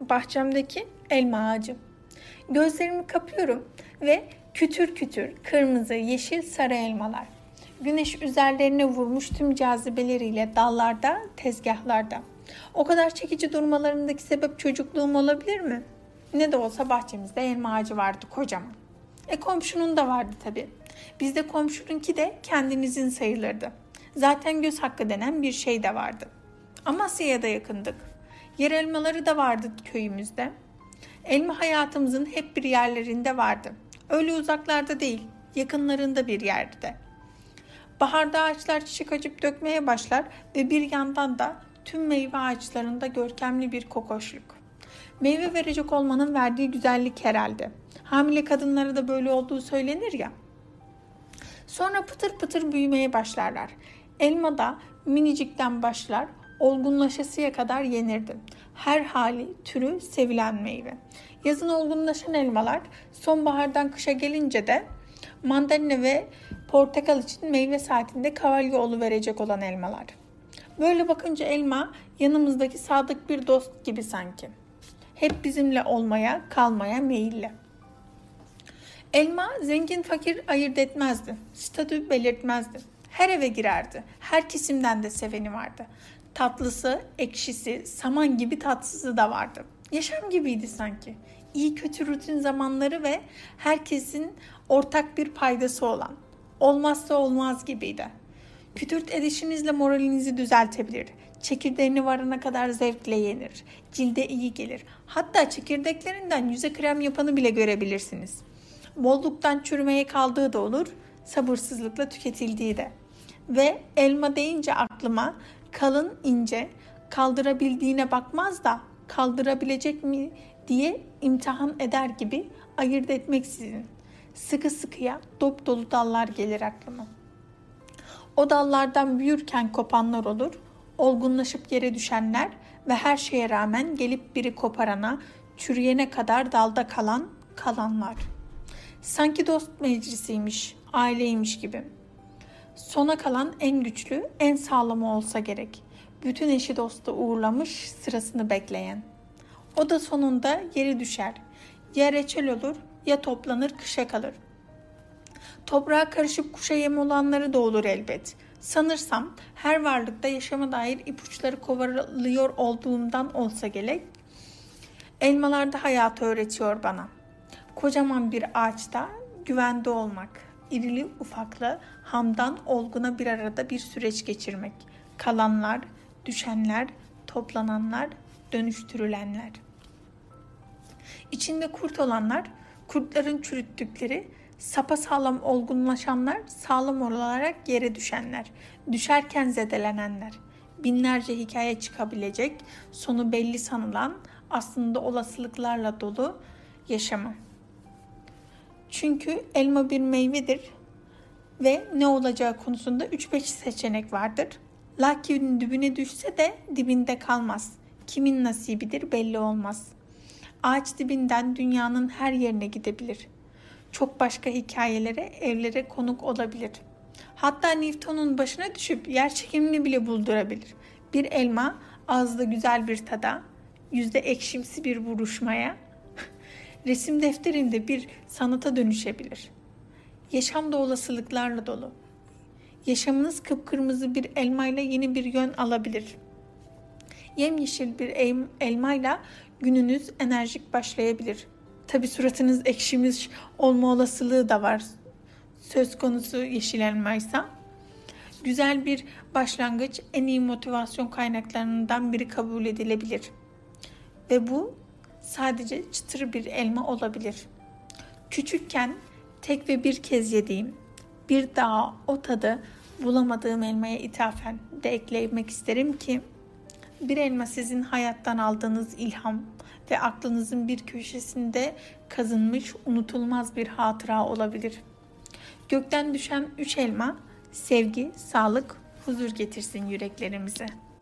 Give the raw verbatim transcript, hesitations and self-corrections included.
bahçemdeki elma ağacı. Gözlerimi kapıyorum ve kütür kütür kırmızı, yeşil, sarı elmalar. Güneş üzerlerine vurmuş tüm cazibeleriyle dallarda, tezgahlarda. O kadar çekici durmalarındaki sebep çocukluğum olabilir mi? Ne de olsa bahçemizde elma ağacı vardı kocaman. E komşunun da vardı tabii. Bizde komşununki de kendinizin sayılırdı. Zaten göz hakkı denen bir şey de vardı. Amasya'ya da yakındık. Yer elmaları da vardı köyümüzde. Elma hayatımızın hep bir yerlerinde vardı. Öyle uzaklarda değil, yakınlarında bir yerde. Baharda ağaçlar çiçek açıp dökmeye başlar ve bir yandan da tüm meyve ağaçlarında görkemli bir kokoşluk. Meyve verecek olmanın verdiği güzellik herhalde. Hamile kadınlara da böyle olduğu söylenir ya. Sonra pıtır pıtır büyümeye başlarlar. Elma da minicikten başlar, olgunlaşasıya kadar yenirdi. Her hali, türü sevilen meyve. Yazın olgunlaşan elmalar sonbahardan kışa gelince de mandalina ve portakal için meyve saatinde kavalye oluverecek olan elmalar. Böyle bakınca elma yanımızdaki sadık bir dost gibi sanki. Hep bizimle olmaya, kalmaya meyilli. Elma zengin fakir ayırt etmezdi. Statü belirtmezdi. Her eve girerdi. Her kesimden de seveni vardı. Tatlısı, ekşisi, saman gibi tatsızı da vardı. Yaşam gibiydi sanki. İyi kötü rutin zamanları ve herkesin ortak bir paydası olan. Olmazsa olmaz gibiydi. Kütürt edişinizle moralinizi düzeltebilir. Çekirdeğini varana kadar zevkle yenir. Cilde iyi gelir. Hatta çekirdeklerinden yüze krem yapanı bile görebilirsiniz. Bolluktan çürümeye kaldığı da olur, sabırsızlıkla tüketildiği de. Ve elma deyince aklıma kalın ince, kaldırabildiğine bakmaz da kaldırabilecek mi diye imtihan eder gibi ayırt etmeksizin sıkı sıkıya dop dolu dallar gelir aklıma. O dallardan büyürken kopanlar olur, olgunlaşıp yere düşenler ve her şeye rağmen gelip biri koparana, çürüyene kadar dalda kalan kalanlar. Sanki dost meclisiymiş, aileymiş gibi. Sona kalan en güçlü, en sağlamı olsa gerek. Bütün eşi dostu uğurlamış, sırasını bekleyen. O da sonunda yeri düşer. Ya reçel olur, ya toplanır, kışa kalır. Toprağa karışıp kuşa yem olanları da olur elbet. Sanırsam her varlıkta yaşama dair ipuçları kovalıyor olduğumdan olsa gerek. Elmalar da hayatı öğretiyor bana. Kocaman bir ağaçta güvende olmak, irili ufaklı, hamdan olguna bir arada bir süreç geçirmek. Kalanlar, düşenler, toplananlar, dönüştürülenler. İçinde kurt olanlar, kurtların çürüttükleri, sapasağlam olgunlaşanlar, sağlam olarak yere düşenler, düşerken zedelenenler. Binlerce hikaye çıkabilecek, sonu belli sanılan, aslında olasılıklarla dolu yaşamı. Çünkü elma bir meyvedir ve ne olacağı konusunda üç beş seçenek vardır. Lakin dibine düşse de dibinde kalmaz. Kimin nasibidir belli olmaz. Ağaç dibinden dünyanın her yerine gidebilir. Çok başka hikayelere, evlere konuk olabilir. Hatta Newton'un başına düşüp yer çekimini bile buldurabilir. Bir elma ağızda güzel bir tada, yüzde ekşimsi bir buruşmaya, resim defterinde bir sanata dönüşebilir. Yaşam da olasılıklarla dolu. Yaşamınız kıpkırmızı bir elmayla yeni bir yön alabilir. Yemyeşil bir elmayla gününüz enerjik başlayabilir. Tabii suratınız ekşimiş olma olasılığı da var. Söz konusu yeşil elmaysa. Güzel bir başlangıç en iyi motivasyon kaynaklarından biri kabul edilebilir. Ve bu sadece çıtır bir elma olabilir. Küçükken tek ve bir kez yediğim, bir daha o tadı bulamadığım elmaya ithafen de eklemek isterim ki, bir elma sizin hayattan aldığınız ilham ve aklınızın bir köşesinde kazınmış unutulmaz bir hatıra olabilir. Gökten düşen üç elma, sevgi, sağlık, huzur getirsin yüreklerimize.